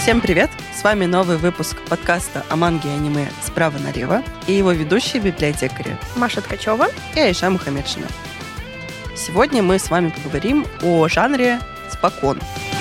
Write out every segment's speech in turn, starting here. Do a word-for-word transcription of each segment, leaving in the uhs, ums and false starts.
Всем привет! С вами новый выпуск подкаста о манге и аниме «Справа налево» и его ведущие библиотекари Маша Ткачева и Айша Мухаммедшина. Сегодня мы с вами поговорим о жанре спокон.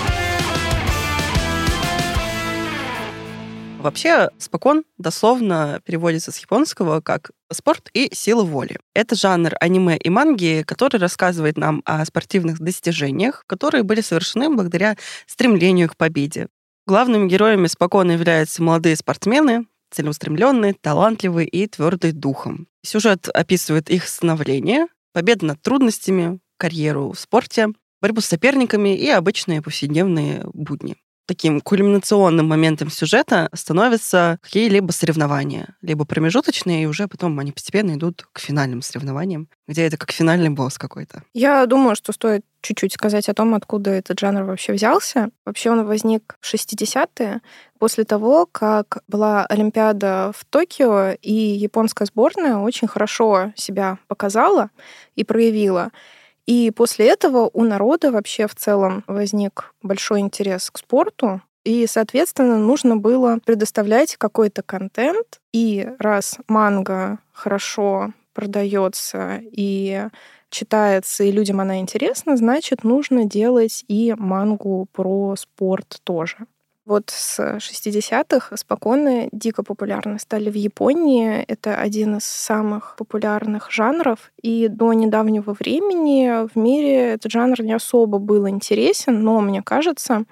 Вообще, спокон дословно переводится с японского как «спорт и сила воли». Это жанр аниме и манги, который рассказывает нам о спортивных достижениях, которые были совершены благодаря стремлению к победе. Главными героями спокона являются молодые спортсмены, целеустремленные, талантливые и твердые духом. Сюжет описывает их становление, победу над трудностями, карьеру в спорте, борьбу с соперниками и обычные повседневные будни. Таким кульминационным моментом сюжета становятся какие-либо соревнования, либо промежуточные, и уже потом они постепенно идут к финальным соревнованиям, где это как финальный босс какой-то. Я думаю, что стоит чуть-чуть сказать о том, откуда этот жанр вообще взялся. Вообще он возник в шестидесятые, после того, как была Олимпиада в Токио, и японская сборная очень хорошо себя показала и проявила. И после этого у народа вообще в целом возник большой интерес к спорту, и, соответственно, нужно было предоставлять какой-то контент. И раз манга хорошо продается и читается, и людям она интересна, значит, нужно делать и мангу про спорт тоже. Вот с шестидесятых споконы дико популярны стали в Японии. Это один из самых популярных жанров. И до недавнего времени в мире этот жанр не особо был интересен, но мне кажется,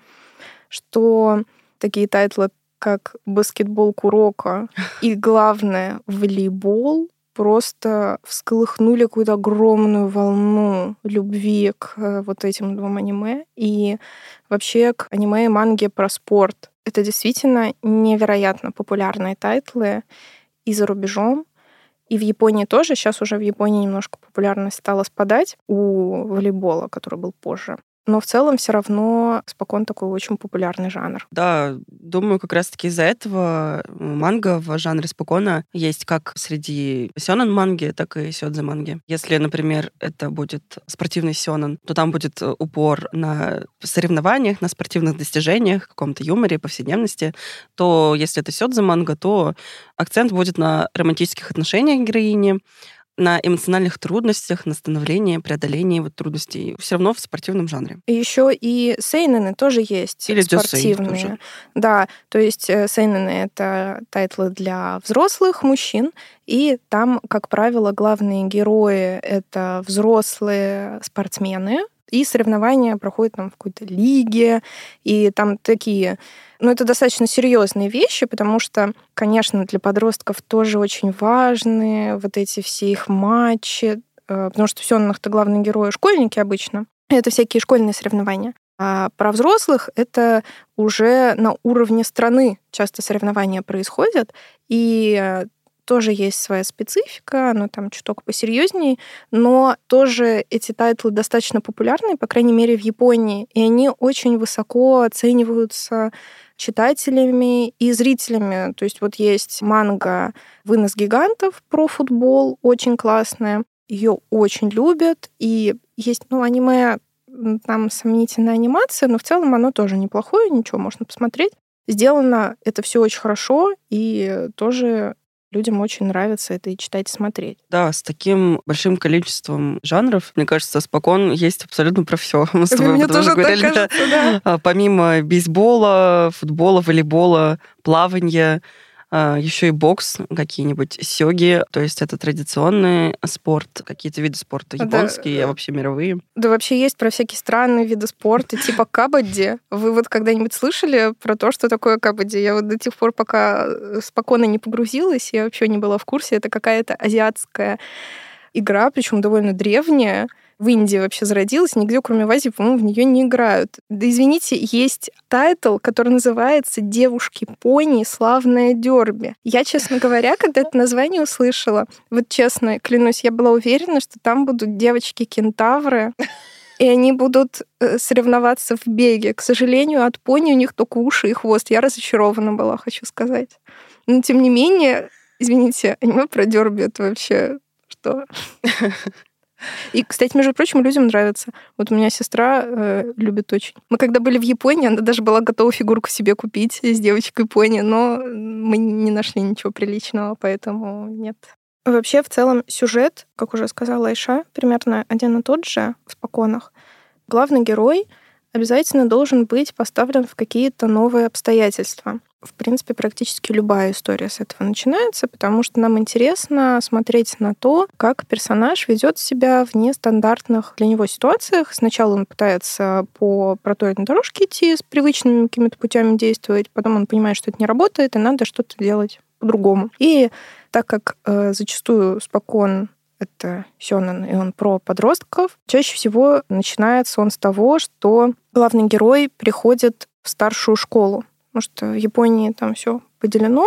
что такие тайтлы, как «Баскетбол Куроко» и, главное, «Волейбол», просто всколыхнули какую-то огромную волну любви к вот этим двум аниме и вообще к аниме и манге про спорт. Это действительно невероятно популярные тайтлы и за рубежом, и в Японии тоже. Сейчас уже в Японии немножко популярность стала спадать у волейбола, который был позже. Но в целом все равно спокон такой очень популярный жанр. Да, думаю, как раз-таки из-за этого манга в жанре спокона есть как среди сёнэн манги, так и сёдзе манги. Если, например, это будет спортивный сёнэн, то там будет упор на соревнованиях, на спортивных достижениях, каком-то юморе, повседневности. То если это сёдзе манга, то акцент будет на романтических отношениях героини, на эмоциональных трудностях, на становлении, преодолении вот трудностей. Все равно в спортивном жанре. Еще и сейнэны тоже есть. Или спортивные. Тоже. Да, то есть сейнэны — это тайтлы для взрослых мужчин, и там, как правило, главные герои — это взрослые спортсмены, и соревнования проходят там в какой-то лиге, и там такие... Ну, это достаточно серьезные вещи, потому что, конечно, для подростков тоже очень важны вот эти все их матчи, потому что в сёнэнах-то главные герои — школьники обычно. Это всякие школьные соревнования. А про взрослых это уже на уровне страны часто соревнования происходят, и тоже есть своя специфика, оно там чуток посерьезнее, но тоже эти тайтлы достаточно популярны, по крайней мере, в Японии, и они очень высоко оцениваются читателями и зрителями. То есть вот есть манга «Вынос гигантов» про футбол, очень классная, ее очень любят, и есть, ну, аниме, там сомнительная анимация, но в целом оно тоже неплохое, ничего, можно посмотреть. Сделано это все очень хорошо, и тоже людям очень нравится это и читать, и смотреть. Да, с таким большим количеством жанров, мне кажется, спокон есть абсолютно про все. Мы с тобой Мне тоже говорили, так кажется, да. Помимо бейсбола, футбола, волейбола, плавания, еще и бокс, какие-нибудь сёги, то есть это традиционный спорт, какие-то виды спорта японские, да, а вообще мировые. Да, вообще есть про всякие странные виды спорта, типа кабадди. Вы вот когда-нибудь слышали про то, что такое кабадди? Я вот до тех пор, пока спокойно не погрузилась, я вообще не была в курсе. Это какая-то азиатская игра, причем довольно древняя. В Индии вообще зародилась, нигде, кроме в Азии, по-моему, в нее не играют. Да извините, есть тайтл, который называется «Девушки-пони. Славное дерби». Я, честно говоря, когда это название услышала, вот честно, клянусь, я была уверена, что там будут девочки-кентавры, и они будут соревноваться в беге. К сожалению, от пони у них только уши и хвост. Я разочарована была, хочу сказать. Но, тем не менее, извините, аниме про дерби — это вообще что? И, кстати, между прочим, людям нравится. Вот у меня сестра э, любит очень. Мы когда были в Японии, она даже была готова фигурку себе купить с девочкой пони, но мы не нашли ничего приличного, поэтому нет. Вообще, в целом, сюжет, как уже сказала Айша, примерно один и тот же в «Споконах». Главный герой обязательно должен быть поставлен в какие-то новые обстоятельства. В принципе, практически любая история с этого начинается, потому что нам интересно смотреть на то, как персонаж ведет себя в нестандартных для него ситуациях. Сначала он пытается по проторенной дорожке идти, с привычными какими-то путями действовать, потом он понимает, что это не работает, и надо что-то делать по-другому. И так как э, зачастую «Спокон» это сёнэн, и он про подростков, чаще всего начинается он с того, что главный герой приходит в старшую школу, потому что в Японии там все поделено,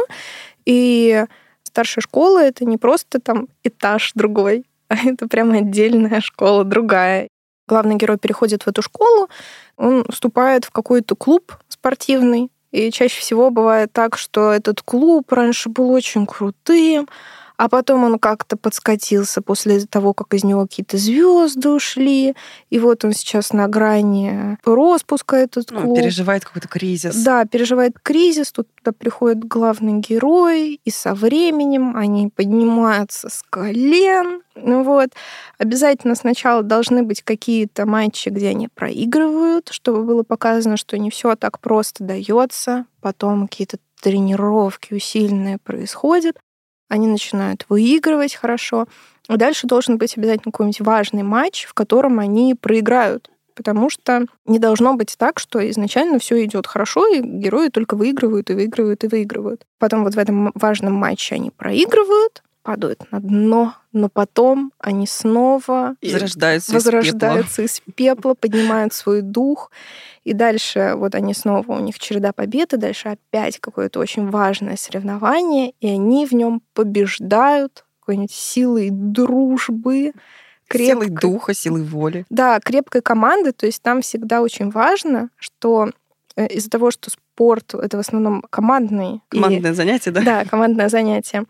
и старшая школа — это не просто там этаж другой, а это прямо отдельная школа другая. Главный герой переходит в эту школу, он вступает в какой-то клуб спортивный, и чаще всего бывает так, что этот клуб раньше был очень крутым, а потом он как-то подскатился после того, как из него какие-то звезды ушли. И вот он сейчас на грани распуска, этот клуб. Ну, переживает какой-то кризис. Да, переживает кризис. Тут туда приходит главный герой, и со временем они поднимаются с колен. Ну вот. Обязательно сначала должны быть какие-то матчи, где они проигрывают, чтобы было показано, что не все так просто дается. Потом какие-то тренировки усиленные происходят. Они начинают выигрывать хорошо. А дальше должен быть обязательно какой-нибудь важный матч, в котором они проиграют. Потому что не должно быть так, что изначально все идет хорошо, и герои только выигрывают и выигрывают и выигрывают. Потом вот в этом важном матче они проигрывают, падают на дно, но потом они снова возрождаются, возрождаются из пепла. из пепла, поднимают свой дух. И дальше вот они снова, у них череда побед, и дальше опять какое-то очень важное соревнование, и они в нем побеждают какой-нибудь силой дружбы, крепкой... Силой духа, силой воли. Да, крепкой команды. То есть там всегда очень важно, что из-за того, что спорт — это в основном командный... Командное и... занятие, да? Да, командное занятие.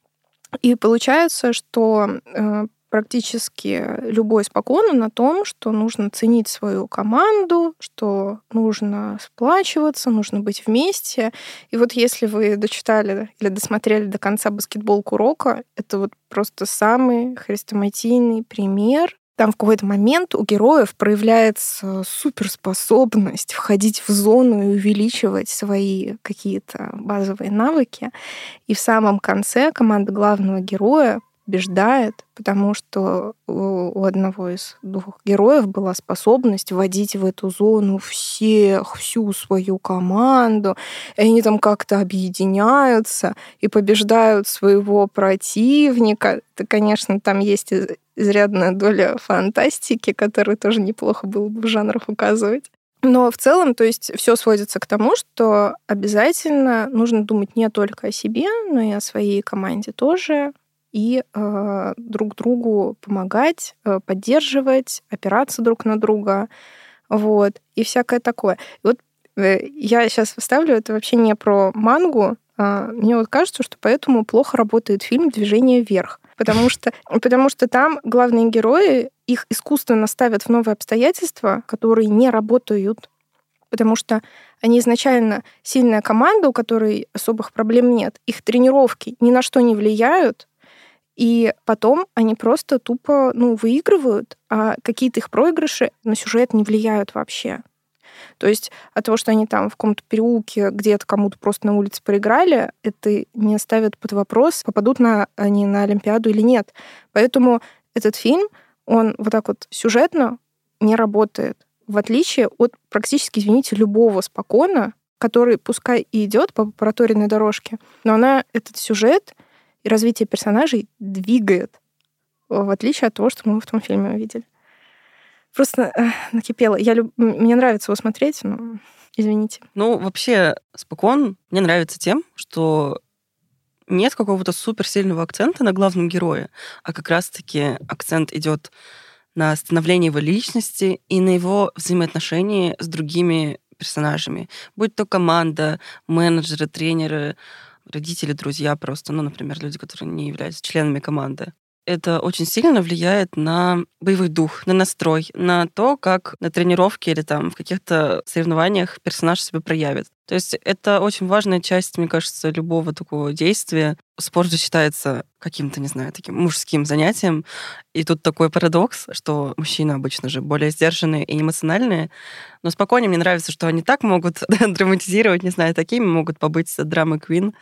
И получается, что э, практически любой «Спокон» на том, что нужно ценить свою команду, что нужно сплачиваться, нужно быть вместе. И вот если вы дочитали или досмотрели до конца «Баскетбол Куроко», это вот просто самый хрестоматийный пример. Там в какой-то момент у героев проявляется суперспособность входить в зону и увеличивать свои какие-то базовые навыки. И в самом конце команда главного героя побеждает, потому что у одного из двух героев была способность вводить в эту зону всех, всю свою команду. И они там как-то объединяются и побеждают своего противника. Это, конечно, там есть изрядная доля фантастики, которую тоже неплохо было бы в жанрах указывать. Но в целом, то есть все сводится к тому, что обязательно нужно думать не только о себе, но и о своей команде тоже, и э, друг другу помогать, э, поддерживать, опираться друг на друга, вот, и всякое такое. И вот э, я сейчас вставлю, это вообще не про мангу, э, мне вот кажется, что поэтому плохо работает фильм «Движение вверх», потому что, потому что там главные герои, их искусственно ставят в новые обстоятельства, которые не работают, потому что они изначально сильная команда, у которой особых проблем нет, их тренировки ни на что не влияют, и потом они просто тупо, ну, выигрывают, а какие-то их проигрыши на сюжет не влияют вообще. То есть от того, что они там в каком-то переулке где-то кому-то просто на улице проиграли, это не ставит под вопрос, попадут на, они на Олимпиаду или нет. Поэтому этот фильм, он вот так вот сюжетно не работает, в отличие от практически, извините, любого «Спокона», который пускай и идет по проторенной дорожке, но она этот сюжет и развитие персонажей двигает, в отличие от того, что мы в том фильме увидели. Просто э, накипело. Я люб... Мне нравится его смотреть, но извините. Ну, вообще, «Спокон» мне нравится тем, что нет какого-то суперсильного акцента на главном герое, а как раз-таки акцент идет на становлении его личности и на его взаимоотношении с другими персонажами. Будь то команда, менеджеры, тренеры, родители, друзья просто, ну, например, люди, которые не являются членами команды. Это очень сильно влияет на боевой дух, на настрой, на то, как на тренировке или там в каких-то соревнованиях персонаж себя проявит. То есть это очень важная часть, мне кажется, любого такого действия. Спорт же считается каким-то, не знаю, таким мужским занятием. И тут такой парадокс, что мужчины обычно же более сдержанные и эмоциональные. Но спокойнее мне нравится, что они так могут драматизировать, не знаю, такими могут побыть драмы Квин.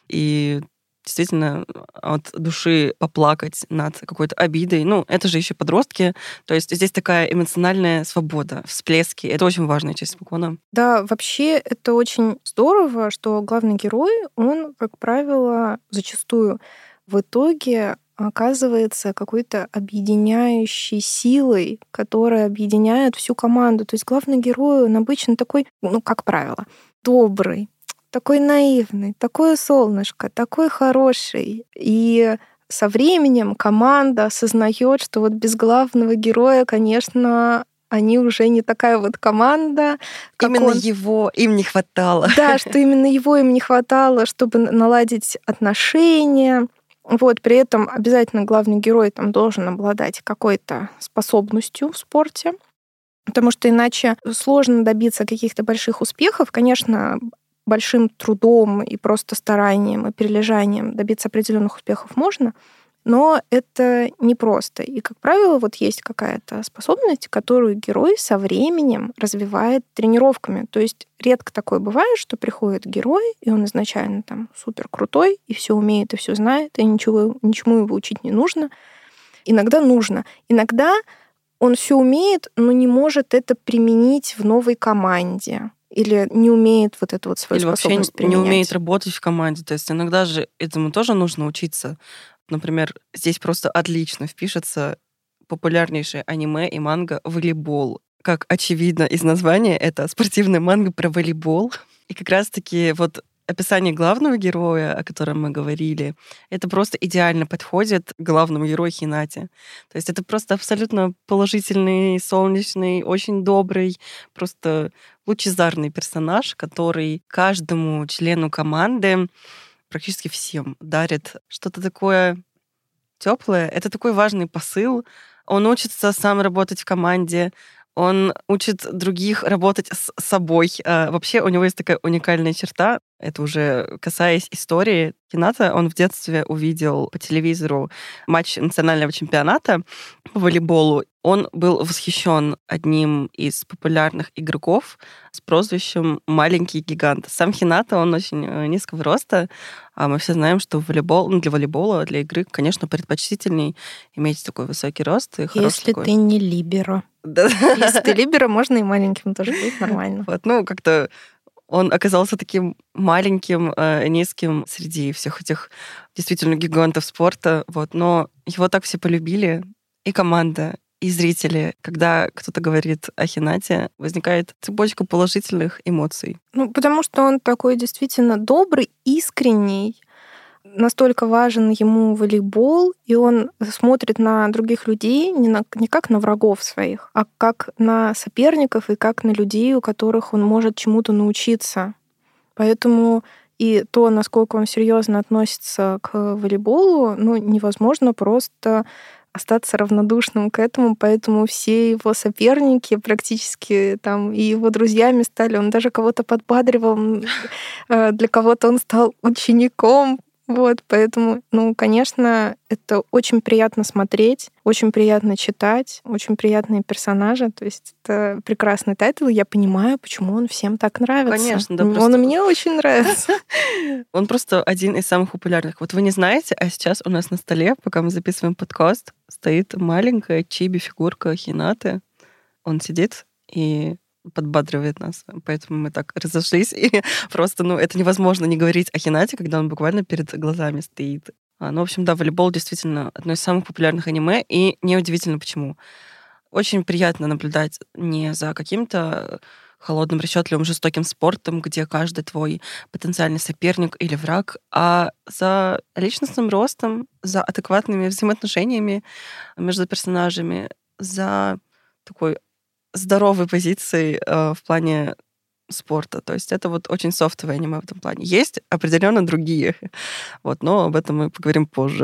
И действительно от души поплакать над какой-то обидой. Ну, это же еще подростки. То есть здесь такая эмоциональная свобода, всплески. Это очень важная часть Спокона. Да, вообще это очень здорово, что главный герой, он, как правило, зачастую в итоге оказывается какой-то объединяющей силой, которая объединяет всю команду. То есть главный герой, он обычно такой, ну, как правило, добрый, такой наивный, такое солнышко, такой хороший. И со временем команда осознает, что вот без главного героя, конечно, они уже не такая вот команда. Как именно он. Его им не хватало. Да, что именно его им не хватало, чтобы наладить отношения. Вот, при этом обязательно главный герой там должен обладать какой-то способностью в спорте, потому что иначе сложно добиться каких-то больших успехов. Конечно, большим трудом и просто старанием и перележанием добиться определенных успехов можно, но это непросто. И, как правило, вот есть какая-то способность, которую герой со временем развивает тренировками. То есть редко такое бывает, что приходит герой, и он изначально там супер крутой, и все умеет, и все знает, и ничего, ничему его учить не нужно. Иногда нужно. Иногда он все умеет, но не может это применить в новой команде. Или не умеет вот эту вот свою Или способность вообще применять. не умеет работать в команде. То есть иногда же этому тоже нужно учиться. Например, здесь просто отлично впишется популярнейшее аниме и манга «Волейбол». Как очевидно из названия, это спортивная манга про волейбол. И как раз-таки вот описание главного героя, о котором мы говорили, это просто идеально подходит к главному герою Хинате. То есть это просто абсолютно положительный, солнечный, очень добрый, просто лучезарный персонаж, который каждому члену команды, практически всем, дарит что-то такое теплое. Это такой важный посыл. Он учится сам работать в команде, он учит других работать с собой. А вообще у него есть такая уникальная черта, это уже касаясь истории. Хината, он в детстве увидел по телевизору матч национального чемпионата по волейболу. Он был восхищен одним из популярных игроков с прозвищем «Маленький гигант». Сам Хината, он очень низкого роста, а мы все знаем, что волейбол, ну, для волейбола, для игры, конечно, предпочтительней иметь такой высокий рост и хороший Если такой... ты не либеро. Да. Если ты либеро, можно и маленьким тоже быть, нормально. Вот, ну, как-то он оказался таким маленьким, э, низким среди всех этих действительно гигантов спорта. Вот. Но его так все полюбили, и команда, и зрители. Когда кто-то говорит о Хинате, возникает цепочка положительных эмоций. Ну, потому что он такой действительно добрый, искренний, настолько важен ему волейбол, и он смотрит на других людей не, на, не как на врагов своих, а как на соперников и как на людей, у которых он может чему-то научиться. Поэтому и то, насколько он серьезно относится к волейболу, ну, невозможно просто остаться равнодушным к этому, поэтому все его соперники практически там и его друзьями стали. Он даже кого-то подбадривал, для кого-то он стал учеником. Вот, поэтому, ну, конечно, это очень приятно смотреть, очень приятно читать, очень приятные персонажи. То есть это прекрасный тайтл, я понимаю, почему он всем так нравится. Конечно, да. Он просто... мне очень нравится. Он просто один из самых популярных. Вот вы не знаете, а сейчас у нас на столе, пока мы записываем подкаст, стоит маленькая чиби-фигурка Хинаты. Он сидит и подбадривает нас. Поэтому мы так разошлись. И просто, ну, это невозможно не говорить о Хинате, когда он буквально перед глазами стоит. А, ну, в общем, да, волейбол действительно одно из самых популярных аниме, и неудивительно, почему. Очень приятно наблюдать не за каким-то холодным, расчетливым, жестоким спортом, где каждый твой потенциальный соперник или враг, а за личностным ростом, за адекватными взаимоотношениями между персонажами, за такой здоровой позицией э, в плане спорта. То есть это вот очень софтовое аниме в этом плане. Есть определенно другие, вот, но об этом мы поговорим позже.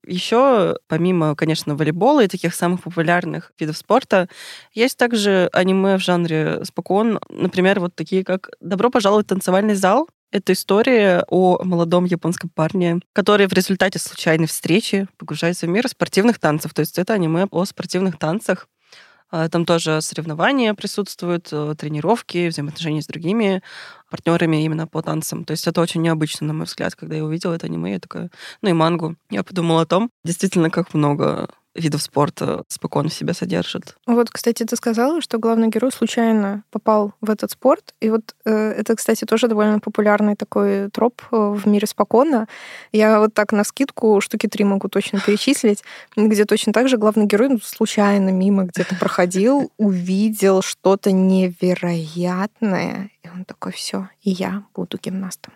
Еще, помимо, конечно, волейбола и таких самых популярных видов спорта, есть также аниме в жанре спокон. Например, вот такие, как «Добро пожаловать в танцевальный зал». Это история о молодом японском парне, который в результате случайной встречи погружается в мир спортивных танцев. То есть это аниме о спортивных танцах. Там тоже соревнования присутствуют, тренировки, взаимоотношения с другими партнерами именно по танцам. То есть это очень необычно, на мой взгляд, когда я увидела это аниме, я такая, ну и мангу. Я подумала о том, действительно, как много видов спорта спокойно в себя содержит. Вот, кстати, ты сказала, что главный герой случайно попал в этот спорт. И вот э, это, кстати, тоже довольно популярный такой троп в мире спокойно. Я вот так навскидку штуки три могу точно перечислить, где точно так же главный герой ну, случайно мимо где-то проходил, увидел что-то невероятное, и он такой, все, и я буду гимнастом.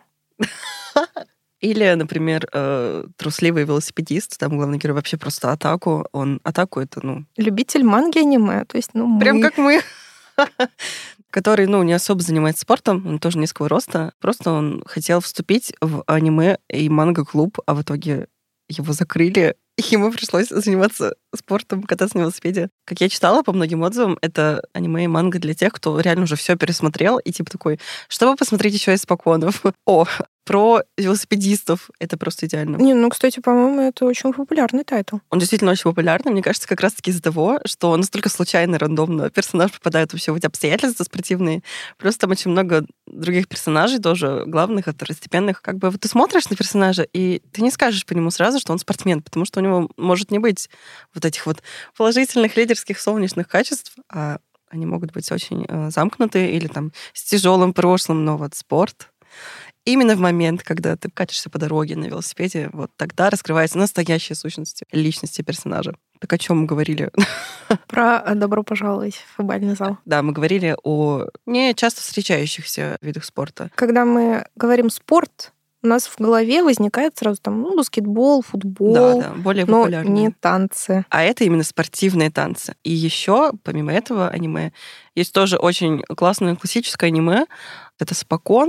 Или, например, э, трусливый велосипедист, там главный герой вообще просто атаку, он атаку это, ну... Любитель манги аниме, то есть, ну, мы... Прям как мы. Который, ну, не особо занимается спортом, он тоже низкого роста, просто он хотел вступить в аниме и манго-клуб, а в итоге его закрыли, и ему пришлось заниматься спортом, кататься на велосипеде. Как я читала по многим отзывам, это аниме и манга для тех, кто реально уже все пересмотрел, и типа такой, чтобы посмотреть еще из споконов. О, про велосипедистов. Это просто идеально. Не, ну, кстати, по-моему, это очень популярный тайтл. Он действительно очень популярный. Мне кажется, как раз-таки из-за того, что настолько случайно, рандомно персонаж попадает вообще в эти обстоятельства спортивные. Плюс там очень много других персонажей тоже, главных, второстепенных. Как бы вот ты смотришь на персонажа, и ты не скажешь по нему сразу, что он спортсмен, потому что у него может не быть вот этих вот положительных лидерских солнечных качеств, а они могут быть очень э, замкнутые или там с тяжелым прошлым, но вот спорт... Именно в момент, когда ты катишься по дороге на велосипеде, вот тогда раскрывается настоящая сущность личности персонажа. Так о чем мы говорили? Про «Добро пожаловать в бальный зал». Да, мы говорили о не часто встречающихся видах спорта. Когда мы говорим «спорт», у нас в голове возникает сразу там ну, баскетбол, футбол, да, да, более но популярные. не танцы. А это именно спортивные танцы. И еще, помимо этого аниме, есть тоже очень классное классическое аниме. Это спокон.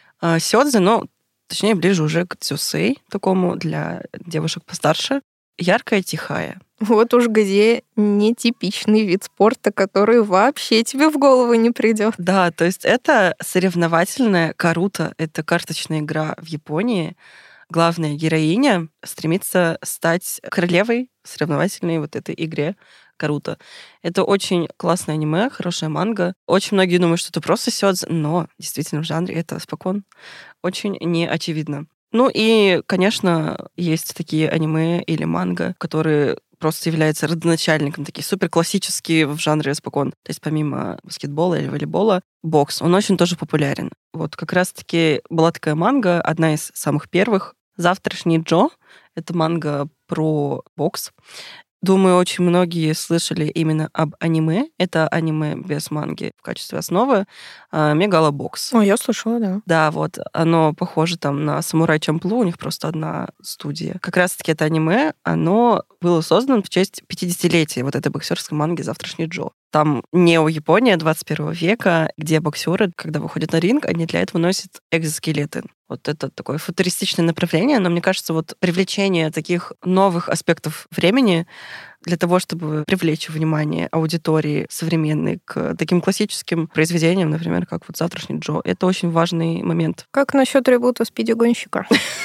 Сёдзе, но, точнее, ближе уже к дзюсэй, такому для девушек постарше. Яркая, тихая. Вот уж где нетипичный вид спорта, который вообще тебе в голову не придет. Да, то есть это соревновательная карута, это карточная игра в Японии. Главная героиня стремится стать королевой в соревновательной вот этой игре Каруто. Это очень классное аниме, хорошая манга. Очень многие думают, что это просто сёдзе, но действительно в жанре это спокон. Очень неочевидно. Ну и, конечно, есть такие аниме или манга, которые просто являются родоначальником, такие супер классические в жанре спокон. То есть помимо баскетбола или волейбола, бокс, он очень тоже популярен. Вот как раз-таки была такая манга, одна из самых первых, «Завтрашний Джо». Это манга про бокс. Думаю, очень многие слышали именно об аниме. Это аниме без манги в качестве основы. Мегалобокс. О, я слышала, да. Да, вот. Оно похоже там на Самурай Чамплу. У них просто одна студия. Как раз-таки это аниме, оно было создано в честь пятидесятилетия вот этой боксерской манги «Завтрашний Джо». Там нео-Япония двадцать первого века, где боксеры, когда выходят на ринг, они для этого носят экзоскелеты. Вот это такое футуристичное направление, но мне кажется, вот привлечение таких новых аспектов времени для того, чтобы привлечь внимание аудитории современной к таким классическим произведениям, например, как вот «Завтрашний Джо», это очень важный момент. Как насчет ребута «Спиди-гонщика»?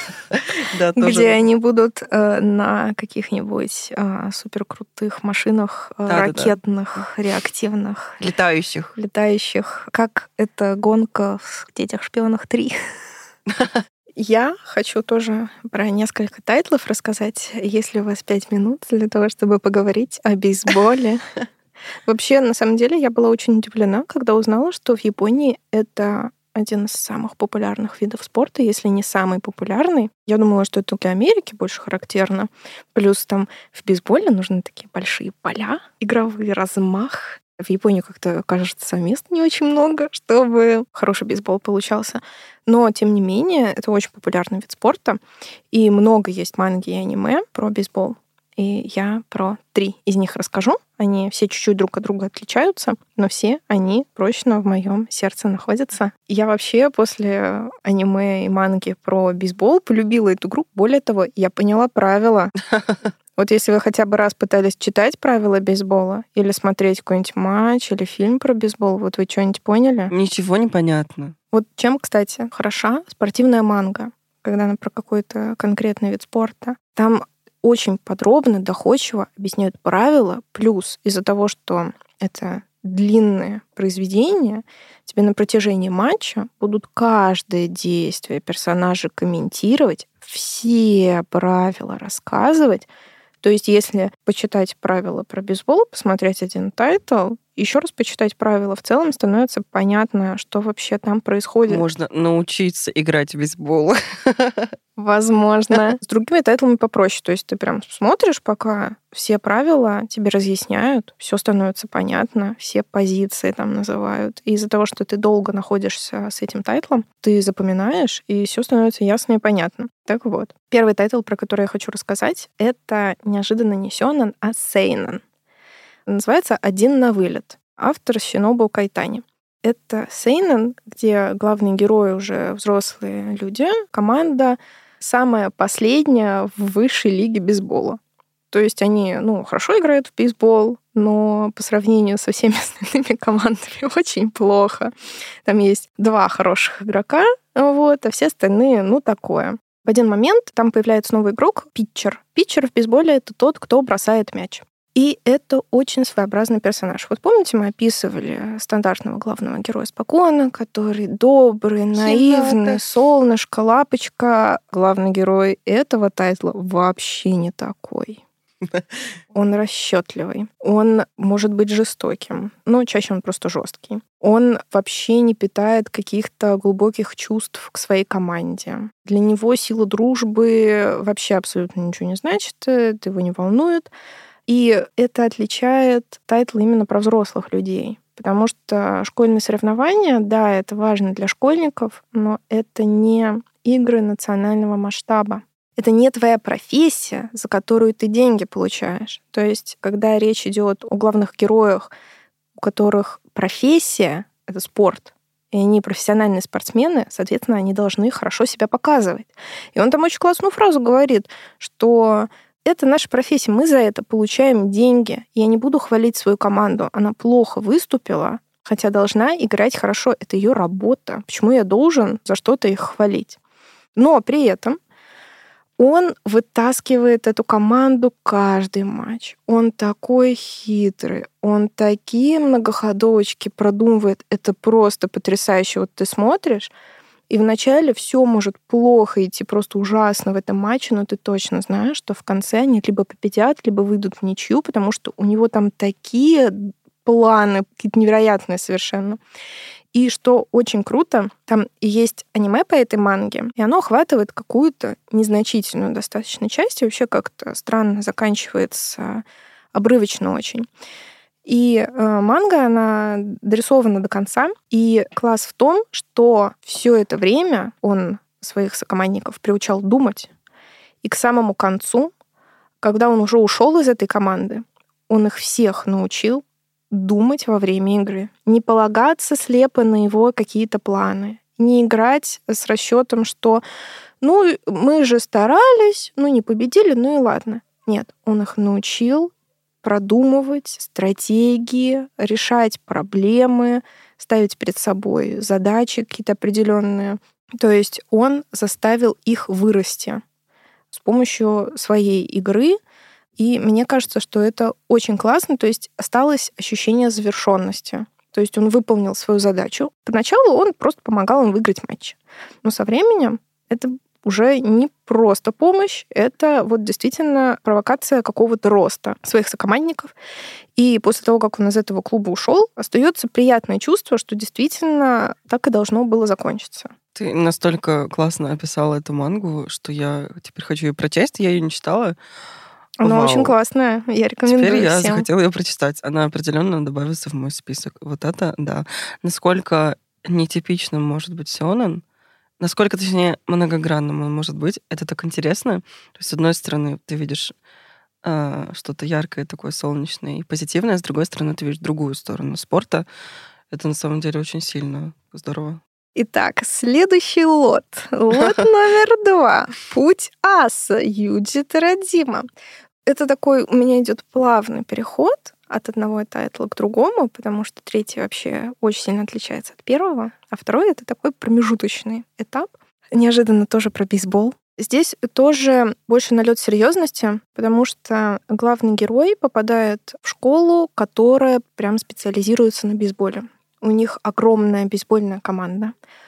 Да, где они будут э, на каких-нибудь э, суперкрутых машинах э, да, ракетных, да, да. реактивных. Летающих. Летающих. Как эта гонка в «Детях-шпионах три». Я хочу тоже про несколько тайтлов рассказать, если у вас пять минут для того, чтобы поговорить о бейсболе. Вообще, на самом деле, я была очень удивлена, когда узнала, что в Японии это один из самых популярных видов спорта, если не самый популярный. Я думала, что это для Америки больше характерно. Плюс там в бейсболе нужны такие большие поля, игровой размах. В Японии как-то, кажется, мест не очень много, чтобы хороший бейсбол получался. Но, тем не менее, это очень популярный вид спорта. И много есть манги и аниме про бейсбол. И я про три из них расскажу. Они все чуть-чуть друг от друга отличаются, но все они прочно в моем сердце находятся. Я вообще после аниме и манги про бейсбол полюбила эту игру. Более того, я поняла правила. Вот если вы хотя бы раз пытались читать правила бейсбола или смотреть какой-нибудь матч или фильм про бейсбол, вот вы что-нибудь поняли? Ничего не понятно. Вот чем, кстати, хороша спортивная манга, когда она про какой-то конкретный вид спорта. Там очень подробно, доходчиво объясняют правила, плюс из-за того, что это длинные произведения, тебе на протяжении матча будут каждое действие персонажа комментировать, все правила рассказывать. То есть если почитать правила про бейсбол, посмотреть один тайтл, еще раз почитать правила, в целом становится понятно, что вообще там происходит. Можно научиться играть в бейсбол. Возможно. С другими тайтлами попроще. То есть ты прям смотришь, пока все правила тебе разъясняют, все становится понятно, все позиции там называют. И из-за того, что ты долго находишься с этим тайтлом, ты запоминаешь, и все становится ясно и понятно. Так вот. Первый тайтл, про который я хочу рассказать, это неожиданно не сёнэн, а сэйнэн. Называется «Один на вылет». Автор Синобу Кайтани. Это сэйнэн, где главные герои уже взрослые люди. Команда самая последняя в высшей лиге бейсбола. То есть они, ну, хорошо играют в бейсбол, но по сравнению со всеми остальными командами очень плохо. Там есть два хороших игрока, вот, а все остальные, ну, такое. В один момент там появляется новый игрок, питчер. Питчер в бейсболе — это тот, кто бросает мяч. И это очень своеобразный персонаж. Вот помните, мы описывали стандартного главного героя Спокойно, который добрый, наивный, солнышко, лапочка. Главный герой этого тайтла вообще не такой. Он расчетливый. Он может быть жестоким, но чаще он просто жесткий. Он вообще не питает каких-то глубоких чувств к своей команде. Для него сила дружбы вообще абсолютно ничего не значит, это его не волнует. И это отличает тайтл именно про взрослых людей. Потому что школьные соревнования, да, это важно для школьников, но это не игры национального масштаба. Это не твоя профессия, за которую ты деньги получаешь. То есть, когда речь идет о главных героях, у которых профессия — это спорт, и они профессиональные спортсмены, соответственно, они должны хорошо себя показывать. И он там очень классную фразу говорит, что это наша профессия, мы за это получаем деньги. Я не буду хвалить свою команду. Она плохо выступила, хотя должна играть хорошо. Это ее работа. Почему я должен за что-то их хвалить? Но при этом он вытаскивает эту команду каждый матч. Он такой хитрый, он такие многоходовочки продумывает. Это просто потрясающе. Вот ты смотришь, и вначале все может плохо идти, просто ужасно в этом матче, но ты точно знаешь, что в конце они либо победят, либо выйдут в ничью, потому что у него там такие планы, какие-то невероятные совершенно. И что очень круто, там есть аниме по этой манге, и оно охватывает какую-то незначительную достаточно часть, и вообще как-то странно заканчивается, обрывочно очень. И э, манга, она дорисована до конца. И класс в том, что все это время он своих сокомандников приучал думать. И к самому концу, когда он уже ушел из этой команды, он их всех научил думать во время игры. Не полагаться слепо на его какие-то планы. Не играть с расчетом, что ну, мы же старались, ну, не победили, ну и ладно. Нет, он их научил продумывать стратегии, решать проблемы, ставить перед собой задачи какие-то определенные. То есть он заставил их вырасти с помощью своей игры. И мне кажется, что это очень классно. То есть осталось ощущение завершенности. То есть он выполнил свою задачу. Поначалу он просто помогал им выиграть матч. Но со временем это уже не просто помощь, это вот действительно провокация какого-то роста своих сокомандников. И после того, как он из этого клуба ушел, остается приятное чувство, что действительно так и должно было закончиться. Ты настолько классно описала эту мангу, что я теперь хочу ее прочесть. Я ее не читала. Она Вау. очень классная, я рекомендую Теперь я всем. захотела ее прочитать. Она определенно добавится в мой список. Вот это, да. Насколько нетипичным может быть сёнэн, насколько, точнее, многогранным он может быть, это так интересно. То есть, с одной стороны, ты видишь э, что-то яркое, такое солнечное и позитивное. С другой стороны, ты видишь другую сторону спорта. Это на самом деле очень сильно здорово. Итак, следующий лот. Лот номер два. Путь аса Юджи Терадима. Это такой у меня идет плавный переход от одного тайтла к другому, потому что третий вообще очень сильно отличается от первого, а второй — это такой промежуточный этап. Неожиданно тоже про бейсбол. Здесь тоже больше налет серьезности, потому что главный герой попадает в школу, которая прям специализируется на бейсболе. У них огромная бейсбольная команда.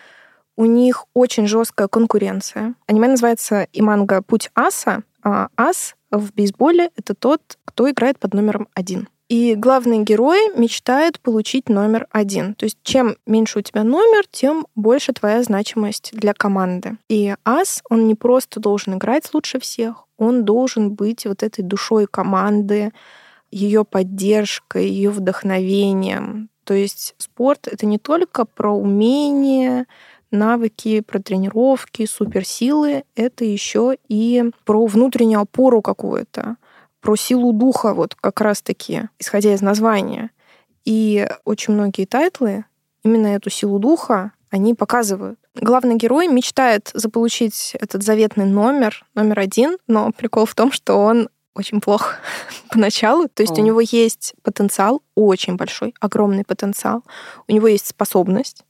У них очень жесткая конкуренция. Аниме называется и манга «Путь аса», а ас в бейсболе — это тот, кто играет под номером один. И главный герой мечтает получить номер один. То есть чем меньше у тебя номер, тем больше твоя значимость для команды. И ас, он не просто должен играть лучше всех, он должен быть вот этой душой команды, ее поддержкой, ее вдохновением. То есть спорт — это не только про умения, навыки, про тренировки, суперсилы, это еще и про внутреннюю опору какую-то, про силу духа, вот как раз-таки, исходя из названия. И очень многие тайтлы именно эту силу духа они показывают. Главный герой мечтает заполучить этот заветный номер, номер один, но прикол в том, что он очень плох поначалу. То есть О. у него есть потенциал очень большой, огромный потенциал. У него есть способность,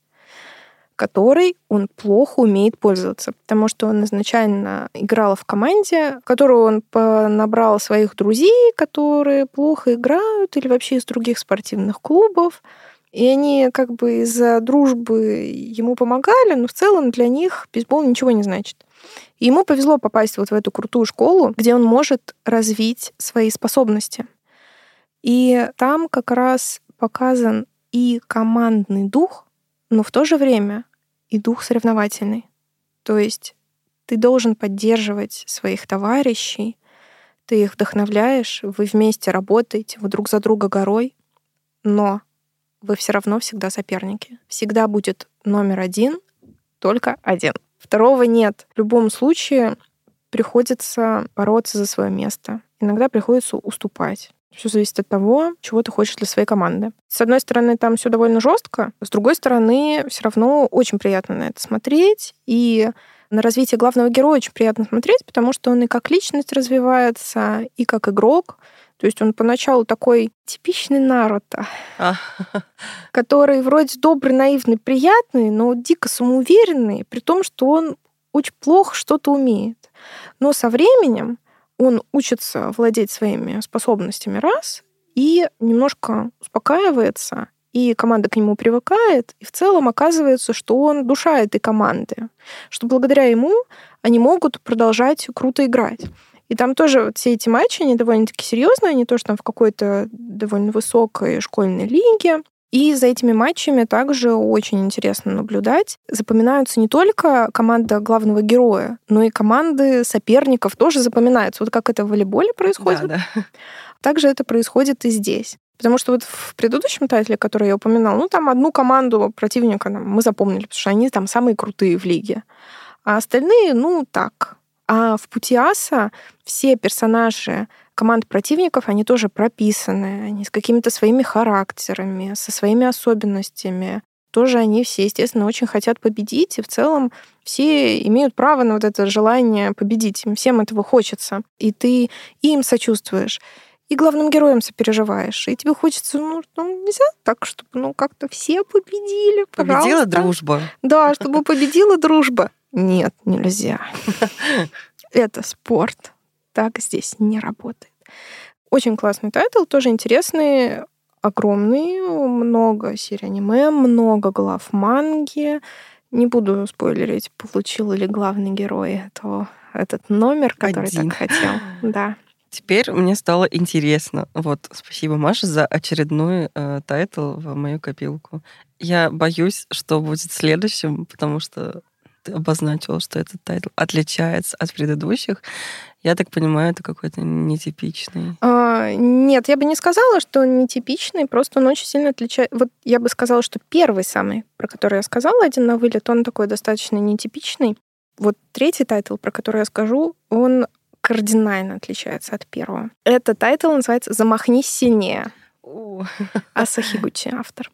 которой он плохо умеет пользоваться, потому что он изначально играл в команде, в которую он набрал своих друзей, которые плохо играют, или вообще из других спортивных клубов. И они как бы из-за дружбы ему помогали, но в целом для них бейсбол ничего не значит. И ему повезло попасть вот в эту крутую школу, где он может развить свои способности. И там как раз показан и командный дух, но в то же время и дух соревновательный. То есть ты должен поддерживать своих товарищей, ты их вдохновляешь, вы вместе работаете, вы друг за друга горой, но вы все равно всегда соперники. Всегда будет номер один, только один. Второго нет. В любом случае приходится бороться за свое место. Иногда приходится уступать. Все зависит от того, чего ты хочешь для своей команды. С одной стороны, там все довольно жестко, с другой стороны, все равно очень приятно на это смотреть. И на развитие главного героя очень приятно смотреть, потому что он и как личность развивается, и как игрок. То есть он поначалу такой типичный Наруто, который вроде добрый, наивный, приятный, но дико самоуверенный, при том, что он очень плохо что-то умеет. Но со временем он учится владеть своими способностями раз и немножко успокаивается, и команда к нему привыкает, и в целом оказывается, что он душа этой команды, что благодаря ему они могут продолжать круто играть. И там тоже вот все эти матчи, они довольно-таки серьезные, они тоже там в какой-то довольно высокой школьной лиге. И за этими матчами также очень интересно наблюдать. Запоминаются не только команда главного героя, но и команды соперников тоже запоминаются. Вот как это в волейболе происходит. Да, да. Также это происходит и здесь. Потому что вот в предыдущем тайтле, который я упоминала, ну там одну команду противника мы запомнили, потому что они там самые крутые в лиге. А остальные, ну так. А в «Пути аса» все персонажи команд противников, они тоже прописаны, они с какими-то своими характерами, со своими особенностями. Тоже они все, естественно, очень хотят победить, и в целом все имеют право на вот это желание победить. Им всем этого хочется. И ты им сочувствуешь, и главным героям сопереживаешь. И тебе хочется, ну, ну нельзя так, чтобы ну, как-то все победили, пожалуйста. Победила дружба. Да, чтобы победила дружба. Нет, нельзя. Это спорт. Так здесь не работает. Очень классный тайтл, тоже интересный, огромный, много серий аниме, много глав манги. Не буду спойлерить, получил ли главный герой этого, этот номер, который Один. так хотел. Да. Теперь мне стало интересно. Вот, спасибо, Маша, за очередной э, тайтл в мою копилку. Я боюсь, что будет следующим, потому что ты обозначила, что этот тайтл отличается от предыдущих. Я так понимаю, это какой-то нетипичный. А, нет, я бы не сказала, что он нетипичный, просто он очень сильно отличается. Вот я бы сказала, что первый самый, про который я сказала, «Один на вылет», он такой достаточно нетипичный. Вот третий тайтл, про который я скажу, он кардинально отличается от первого. Этот тайтл называется «Замахнись сильнее». О. Аса Хигути, автор.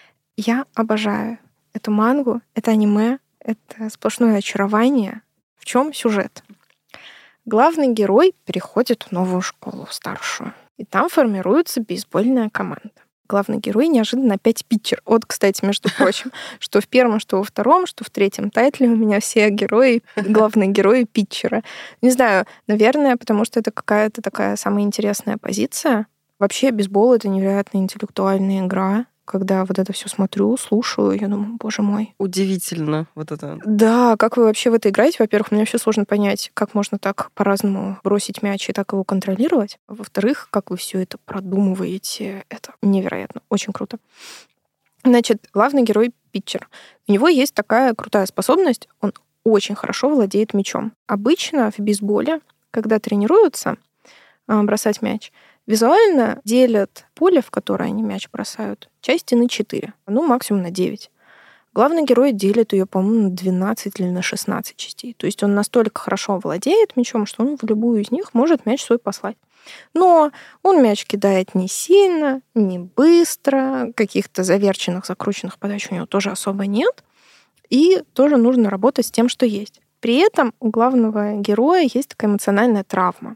Я обожаю эту мангу, это аниме, это сплошное очарование. В чем сюжет? Главный герой переходит в новую школу, в старшую. И там формируется бейсбольная команда. Главный герой неожиданно опять питчер. Вот, кстати, между прочим, что в первом, что во втором, что в третьем тайтле у меня все герои, главные герои питчера. Не знаю, наверное, потому что это какая-то такая самая интересная позиция. Вообще, бейсбол — это невероятно интеллектуальная игра. Когда вот это все смотрю, слушаю, я думаю, боже мой. Удивительно вот это. Да, как вы вообще в это играете? Во-первых, мне вообще сложно понять, как можно так по-разному бросить мяч и так его контролировать. Во-вторых, как вы все это продумываете. Это невероятно. Очень круто. Значит, главный герой — питчер. У него есть такая крутая способность. Он очень хорошо владеет мячом. Обычно в бейсболе, когда тренируются бросать мяч, визуально делят поле, в которое они мяч бросают, части на четыре, ну, максимум на девять. Главный герой делит ее, по-моему, на двенадцать или на шестнадцать частей. То есть он настолько хорошо владеет мячом, что он в любую из них может мяч свой послать. Но он мяч кидает не сильно, не быстро, каких-то заверченных, закрученных подач у него тоже особо нет. И тоже нужно работать с тем, что есть. При этом у главного героя есть такая эмоциональная травма.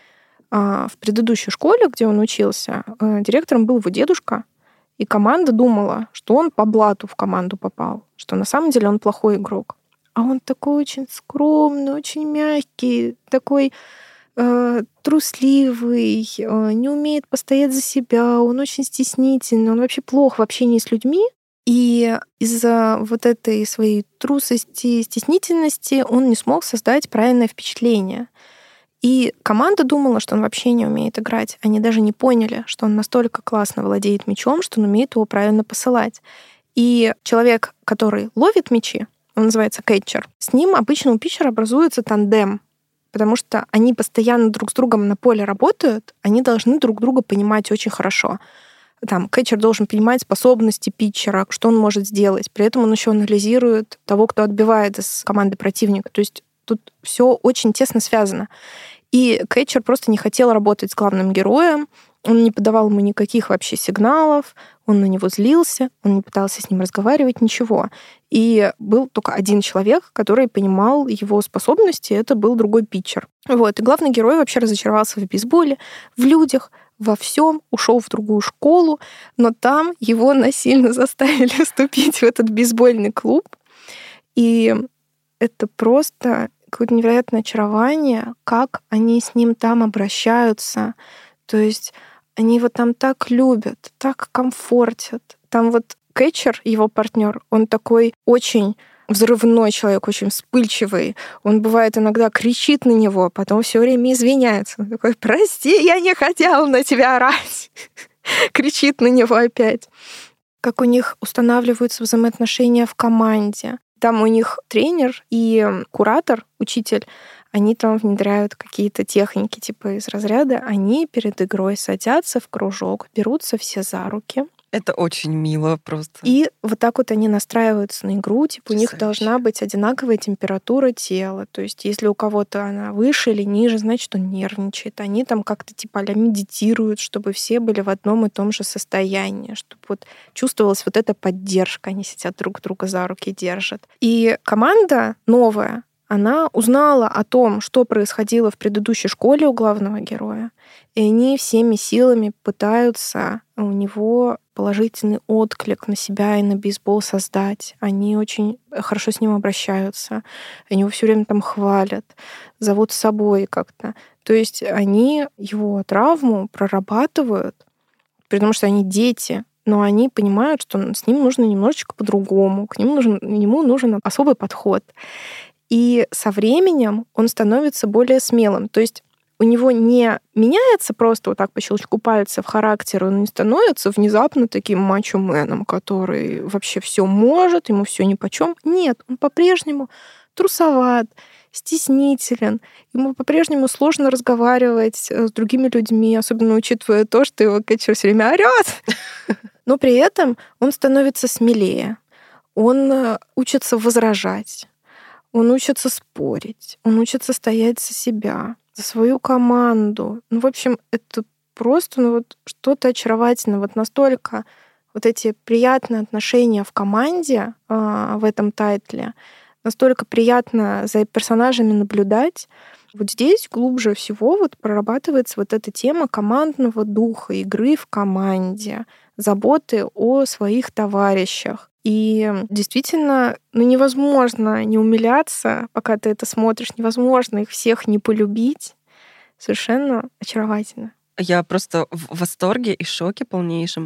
В предыдущей школе, где он учился, директором был его дедушка, и команда думала, что он по блату в команду попал, что на самом деле он плохой игрок. А он такой очень скромный, очень мягкий, такой э, трусливый, э, не умеет постоять за себя, он очень стеснительный, он вообще плох в общении с людьми. И из-за вот этой своей трусости, стеснительности он не смог создать правильное впечатление. И команда думала, что он вообще не умеет играть. Они даже не поняли, что он настолько классно владеет мячом, что он умеет его правильно посылать. И человек, который ловит мячи, он называется кэтчер, с ним обычно у питчера образуется тандем, потому что они постоянно друг с другом на поле работают, они должны друг друга понимать очень хорошо. Там, кэтчер должен понимать способности питчера, что он может сделать. При этом он еще анализирует того, кто отбивает из команды противника. То есть тут все очень тесно связано. И кэтчер просто не хотел работать с главным героем, он не подавал ему никаких вообще сигналов, он на него злился, он не пытался с ним разговаривать, ничего. И был только один человек, который понимал его способности, это был другой питчер. Вот. И главный герой вообще разочаровался в бейсболе, в людях, во всем, ушел в другую школу, но там его насильно заставили вступить в этот бейсбольный клуб. И это просто какое-то невероятное очарование, как они с ним там обращаются. То есть они его там так любят, так комфортят. Там вот кэтчер, его партнер, он такой очень взрывной человек, очень вспыльчивый. Он, бывает, иногда кричит на него, потом все время извиняется. Он такой: «Прости, я не хотел на тебя орать». Кричит на него опять. Как у них устанавливаются взаимоотношения в команде. Там у них тренер и куратор, учитель, они там внедряют какие-то техники, типа из разряда, они перед игрой садятся в кружок, берутся все за руки. Это очень мило просто. И вот так вот они настраиваются на игру, типа у них должна быть одинаковая температура тела. То есть если у кого-то она выше или ниже, значит, он нервничает. Они там как-то типа а-ля медитируют, чтобы все были в одном и том же состоянии, чтобы вот чувствовалась вот эта поддержка. Они сидят друг друга за руки держат. И команда новая, она узнала о том, что происходило в предыдущей школе у главного героя, и они всеми силами пытаются у него положительный отклик на себя и на бейсбол создать. Они очень хорошо с ним обращаются, они его все время там хвалят, зовут с собой как-то. То есть они его травму прорабатывают, потому что они дети, но они понимают, что с ним нужно немножечко по-другому, к нему нужен, ему нужен особый подход. И со временем он становится более смелым. То есть у него не меняется просто вот так по щелчку пальцев характер, он не становится внезапно таким мачо-меном, который вообще все может, ему все нипочем. Нет, он по-прежнему трусоват, стеснителен, ему по-прежнему сложно разговаривать с другими людьми, особенно учитывая то, что его кэтчер все время орёт. Но при этом он становится смелее, он учится возражать, он учится спорить, он учится стоять за себя. за свою команду. Ну, в общем, это просто ну, вот что-то очаровательное. Вот настолько вот эти приятные отношения в команде э, в этом тайтле, настолько приятно за персонажами наблюдать. Вот здесь глубже всего вот прорабатывается вот эта тема командного духа, игры в команде, заботы о своих товарищах. И действительно, ну, невозможно не умиляться, пока ты это смотришь, невозможно их всех не полюбить. Совершенно очаровательно. Я просто в восторге и шоке полнейшем.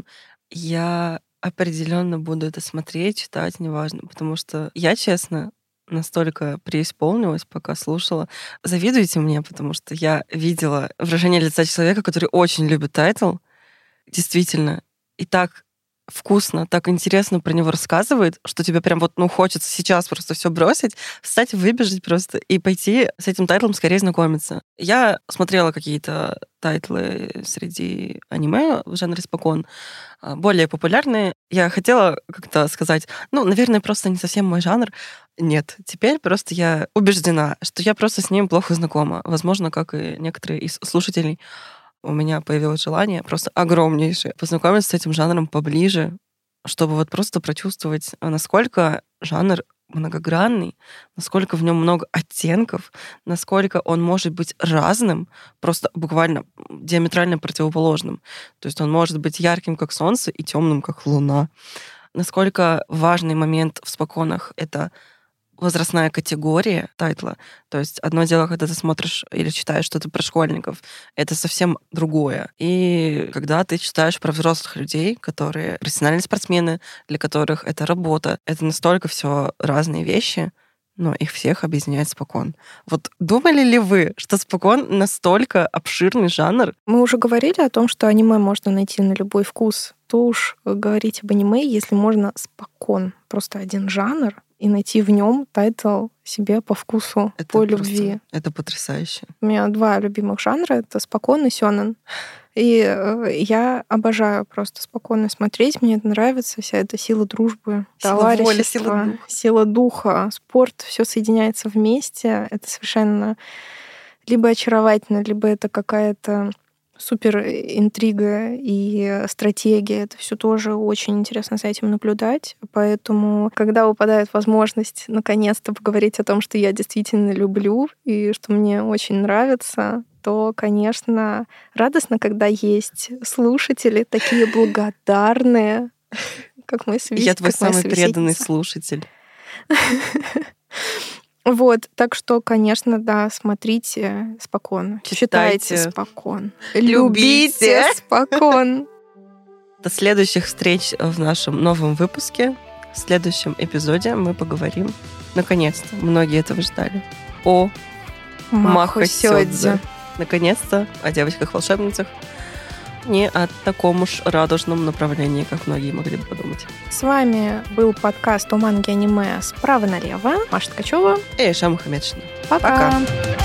Я определенно буду это смотреть, читать, неважно, потому что я, честно, настолько преисполнилась, пока слушала. Завидуйте мне, потому что я видела выражение лица человека, который очень любит тайтл. Действительно. И так вкусно, так интересно про него рассказывает, что тебе прям вот, ну, хочется сейчас просто все бросить, встать, выбежать просто и пойти с этим тайтлом скорее знакомиться. Я смотрела какие-то тайтлы среди аниме в жанре спокон, более популярные. Я хотела как-то сказать, ну, наверное, просто не совсем мой жанр. Нет, теперь просто я убеждена, что я просто с ним плохо знакома. Возможно, как и некоторые из слушателей, у меня появилось желание просто огромнейшее познакомиться с этим жанром поближе, чтобы вот просто прочувствовать, насколько жанр многогранный, насколько в нем много оттенков, насколько он может быть разным, просто буквально диаметрально противоположным. То есть он может быть ярким, как солнце, и темным, как луна. Насколько важный момент в споконах — это возрастная категория тайтла. То есть одно дело, когда ты смотришь или читаешь что-то про школьников, это совсем другое. И когда ты читаешь про взрослых людей, которые профессиональные спортсмены, для которых это работа, это настолько все разные вещи, но их всех объединяет спокон. Вот думали ли вы, что спокон настолько обширный жанр? Мы уже говорили о том, что аниме можно найти на любой вкус. То уж говорить об аниме, если можно спокон. Просто один жанр, и найти в нем тайтл себе по вкусу, это по просто, любви. Это потрясающе. У меня два любимых жанра — это спокон и сёнэн. И я обожаю просто спокойно смотреть. Мне это нравится, вся эта сила дружбы, сила товарищества, воли, сила духа. сила духа, спорт, все соединяется вместе. Это совершенно либо очаровательно, либо это какая-то супер интрига и стратегия. Это все тоже очень интересно за этим наблюдать. Поэтому, когда выпадает возможность наконец-то поговорить о том, что я действительно люблю и что мне очень нравится, то, конечно, радостно, когда есть слушатели такие благодарные, как мой свидетель. Я твой самый преданный слушатель. Вот, так что, конечно, да, смотрите спокон, Читайте, читайте спокон, любите спокон. До следующих встреч в нашем новом выпуске. В следующем эпизоде мы поговорим, наконец-то, многие этого ждали, о Махосёдзе. Наконец-то о девочках-волшебницах. Не о таком уж радужном направлении, как многие могли бы подумать. С вами был подкаст о манге аниме «Справа налево». Маша Ткачева и Айша Мухаммедшина. Пока! Пока.